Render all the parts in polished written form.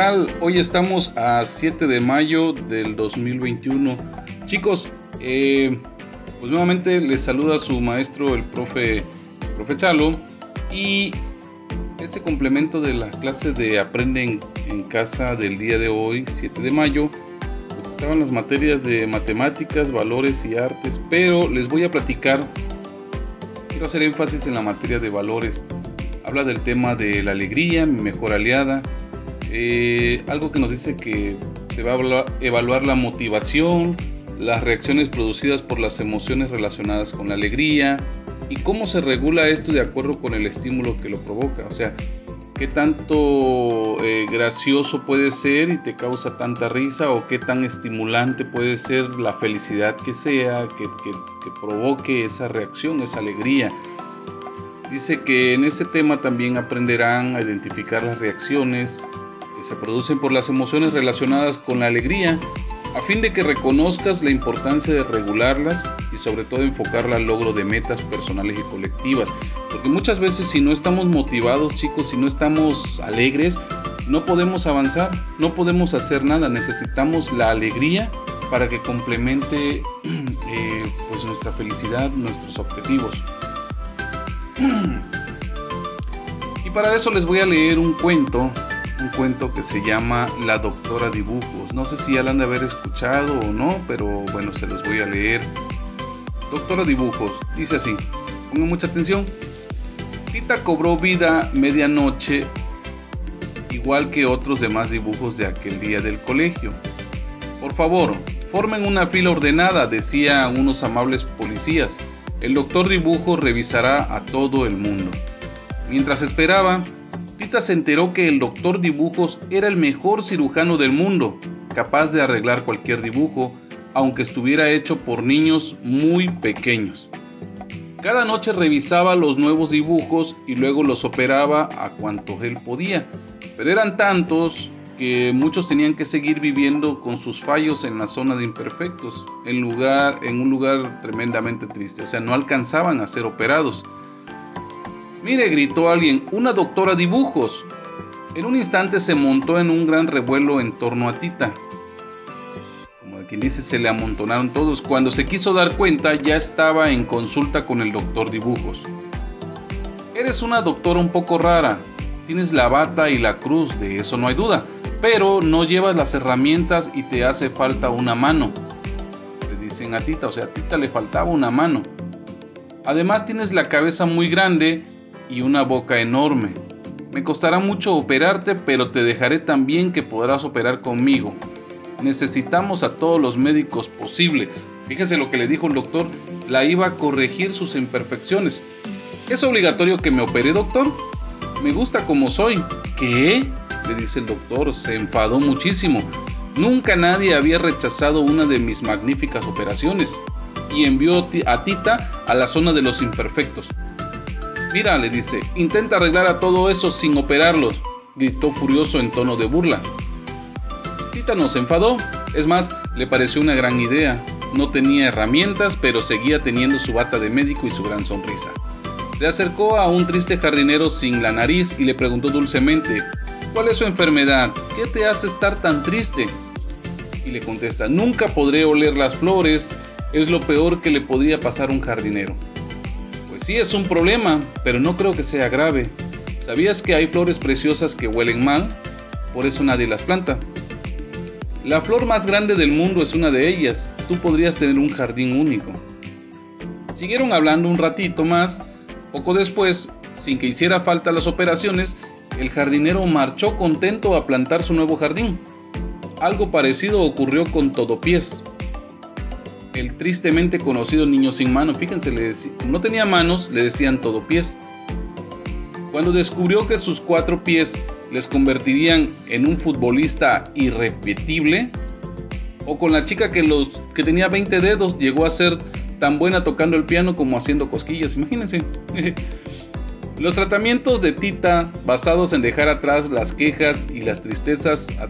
tal? Hoy estamos a 7 de mayo del 2021. Chicos, pues nuevamente les saluda su maestro, el profe Chalo. Y este complemento de la clase de Aprende en Casa del día de hoy, 7 de mayo, pues estaban las materias de matemáticas, valores y artes. Pero les voy a platicar, quiero hacer énfasis en la materia de valores. Habla del tema de la alegría, mi mejor aliada. Algo que nos dice que se va a evaluar la motivación, las reacciones producidas por las emociones relacionadas con la alegría y cómo se regula esto de acuerdo con el estímulo que lo provoca. O sea, qué tanto gracioso puede ser y te causa tanta risa, o qué tan estimulante puede ser la felicidad que sea, que provoque esa reacción, esa alegría. Dice que en este tema también aprenderán a identificar las reacciones que se producen por las emociones relacionadas con la alegría, a fin de que reconozcas la importancia de regularlas y sobre todo enfocarla al logro de metas personales y colectivas. Porque muchas veces, si no estamos motivados, chicos, si no estamos alegres, no podemos avanzar, no podemos hacer nada. Necesitamos la alegría para que complemente pues nuestra felicidad, nuestros objetivos. Y para eso les voy a leer un cuento que se llama La Doctora Dibujos. No sé si ya lo han de haber escuchado o no, pero bueno, se los voy a leer. Doctora Dibujos, dice así, pongan mucha atención. Tita cobró vida medianoche, igual que otros demás dibujos de aquel día del colegio. Por favor, formen una fila ordenada, decían unos amables policías. El doctor Dibujos revisará a todo el mundo. Mientras esperaba, Tita se enteró que el doctor Dibujos era el mejor cirujano del mundo, capaz de arreglar cualquier dibujo, aunque estuviera hecho por niños muy pequeños. Cada noche revisaba los nuevos dibujos y luego los operaba a cuanto él podía, pero eran tantos que muchos tenían que seguir viviendo con sus fallos en la zona de imperfectos, en un lugar tremendamente triste. O sea, no alcanzaban a ser operados. Mire, gritó alguien, una doctora Dibujos. En un instante se montó en un gran revuelo en torno a Tita. Como de quien dice, se le amontonaron todos. Cuando se quiso dar cuenta, ya estaba en consulta con el doctor Dibujos. Eres una doctora un poco rara. Tienes la bata y la cruz, de eso no hay duda. Pero no llevas las herramientas y te hace falta una mano. Le dicen a Tita, o sea, a Tita le faltaba una mano. Además tienes la cabeza muy grande y una boca enorme. Me costará mucho operarte, pero te dejaré tan bien que podrás operar conmigo. Necesitamos a todos los médicos posible. Fíjese lo que le dijo el doctor, la iba a corregir sus imperfecciones. ¿Es obligatorio que me opere, doctor? Me gusta como soy. ¿Qué? Le dice el doctor, se enfadó muchísimo. Nunca nadie había rechazado una de mis magníficas operaciones. Y envió a Tita a la zona de los imperfectos. Mira, le dice, intenta arreglar a todo eso sin operarlos, gritó furioso en tono de burla. Tita no se enfadó, es más, le pareció una gran idea. No tenía herramientas, pero seguía teniendo su bata de médico y su gran sonrisa. Se acercó a un triste jardinero sin la nariz y le preguntó dulcemente, ¿cuál es su enfermedad? ¿Qué te hace estar tan triste? Y le contesta, nunca podré oler las flores, es lo peor que le podría pasar a un jardinero. Pues sí, es un problema, pero no creo que sea grave. ¿Sabías que hay flores preciosas que huelen mal? Por eso nadie las planta. La flor más grande del mundo es una de ellas. Tú podrías tener un jardín único. Siguieron hablando un ratito más. Poco después, sin que hiciera falta las operaciones, el jardinero marchó contento a plantar su nuevo jardín. Algo parecido ocurrió con Todopiés, el tristemente conocido niño sin mano. Fíjense, no tenía manos, le decían Todopiés. Cuando descubrió que sus 4 pies les convertirían en un futbolista irrepetible, o con la chica que tenía 20 dedos, llegó a ser tan buena tocando el piano como haciendo cosquillas, imagínense. Los tratamientos de Tita, basados en dejar atrás las quejas y las tristezas y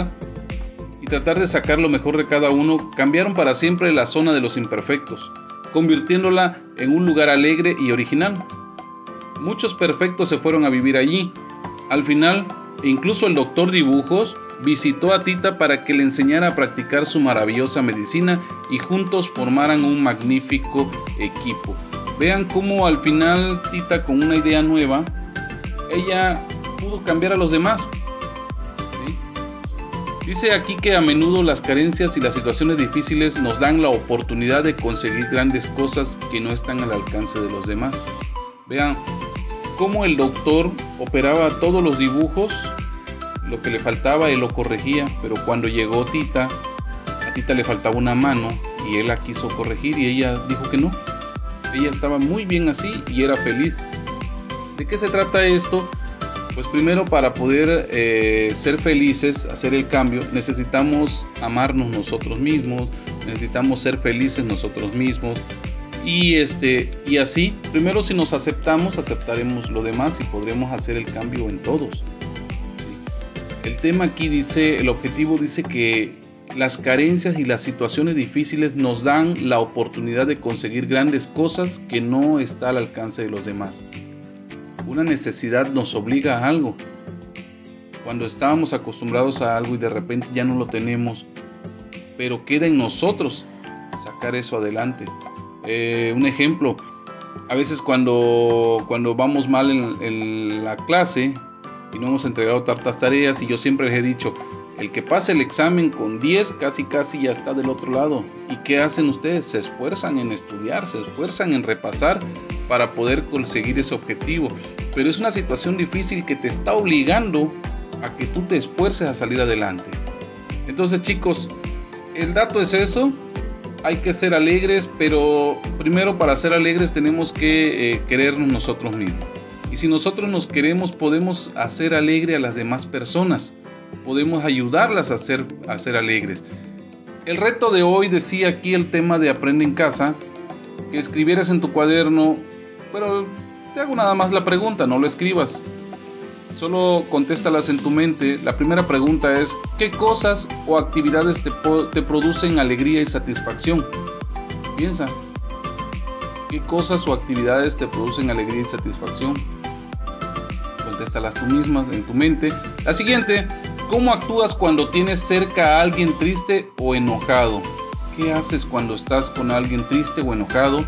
tratar de sacar lo mejor de cada uno, cambiaron para siempre la zona de los imperfectos, convirtiéndola en un lugar alegre y original. Muchos perfectos se fueron a vivir allí. Al final, incluso el doctor Dibujos visitó a Tita para que le enseñara a practicar su maravillosa medicina y juntos formaran un magnífico equipo. Vean cómo al final Tita, con una idea nueva, ella pudo cambiar a los demás. ¿Sí? Dice aquí que a menudo las carencias y las situaciones difíciles nos dan la oportunidad de conseguir grandes cosas que no están al alcance de los demás. Vean cómo el doctor operaba todos los dibujos, lo que le faltaba él lo corregía, pero cuando llegó Tita, a Tita le faltaba una mano y él la quiso corregir y ella dijo que no. Ella estaba muy bien así y era feliz. ¿De qué se trata esto? Pues primero, para poder ser felices, hacer el cambio, necesitamos amarnos nosotros mismos, necesitamos ser felices nosotros mismos. Y así, primero si nos aceptamos, aceptaremos lo demás y podremos hacer el cambio en todos. El tema aquí dice, el objetivo dice que las carencias y las situaciones difíciles nos dan la oportunidad de conseguir grandes cosas que no está al alcance de los demás. Una necesidad nos obliga a algo. Cuando estábamos acostumbrados a algo y de repente ya no lo tenemos, pero queda en nosotros sacar eso adelante. Un ejemplo, a veces cuando vamos mal en la clase y no hemos entregado tantas tareas, y yo siempre les he dicho, el que pase el examen con 10 casi ya está del otro lado. ¿Y qué hacen ustedes? Se esfuerzan en estudiar, se esfuerzan en repasar para poder conseguir ese objetivo. Pero es una situación difícil que te está obligando a que tú te esfuerces a salir adelante. Entonces, chicos, el dato es eso. Hay que ser alegres, pero primero, para ser alegres tenemos que querernos nosotros mismos. Y si nosotros nos queremos, podemos hacer alegre a las demás personas. Podemos ayudarlas a ser alegres. El reto de hoy, decía aquí el tema de Aprende en Casa, que escribieras en tu cuaderno, pero te hago nada más la pregunta, no lo escribas. Solo contéstalas en tu mente. La primera pregunta es, ¿qué cosas o actividades te producen alegría y satisfacción? Piensa, ¿qué cosas o actividades te producen alegría y satisfacción? Contéstalas tú mismas en tu mente. La siguiente, ¿cómo actúas cuando tienes cerca a alguien triste o enojado? ¿Qué haces cuando estás con alguien triste o enojado?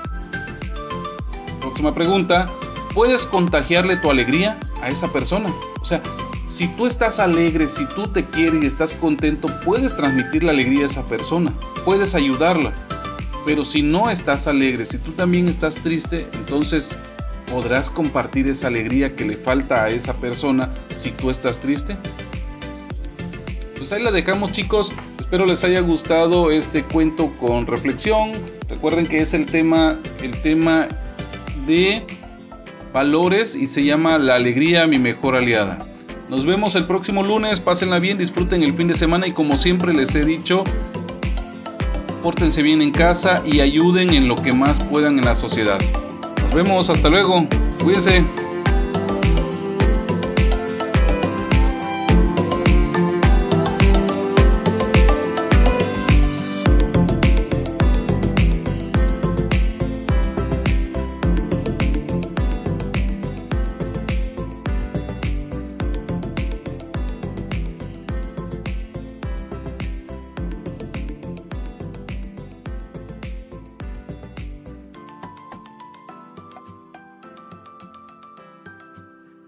Próxima pregunta, ¿puedes contagiarle tu alegría a esa persona? O sea, si tú estás alegre, si tú te quieres y estás contento, puedes transmitir la alegría a esa persona, puedes ayudarla. Pero si no estás alegre, si tú también estás triste, entonces ¿podrás compartir esa alegría que le falta a esa persona si tú estás triste? Pues ahí la dejamos, chicos. Espero les haya gustado este cuento con reflexión. Recuerden que es el tema de valores y se llama La alegría, mi mejor aliada. Nos vemos el próximo lunes. Pásenla bien, disfruten el fin de semana y como siempre les he dicho, pórtense bien en casa y ayuden en lo que más puedan en la sociedad. Nos vemos, hasta luego. Cuídense.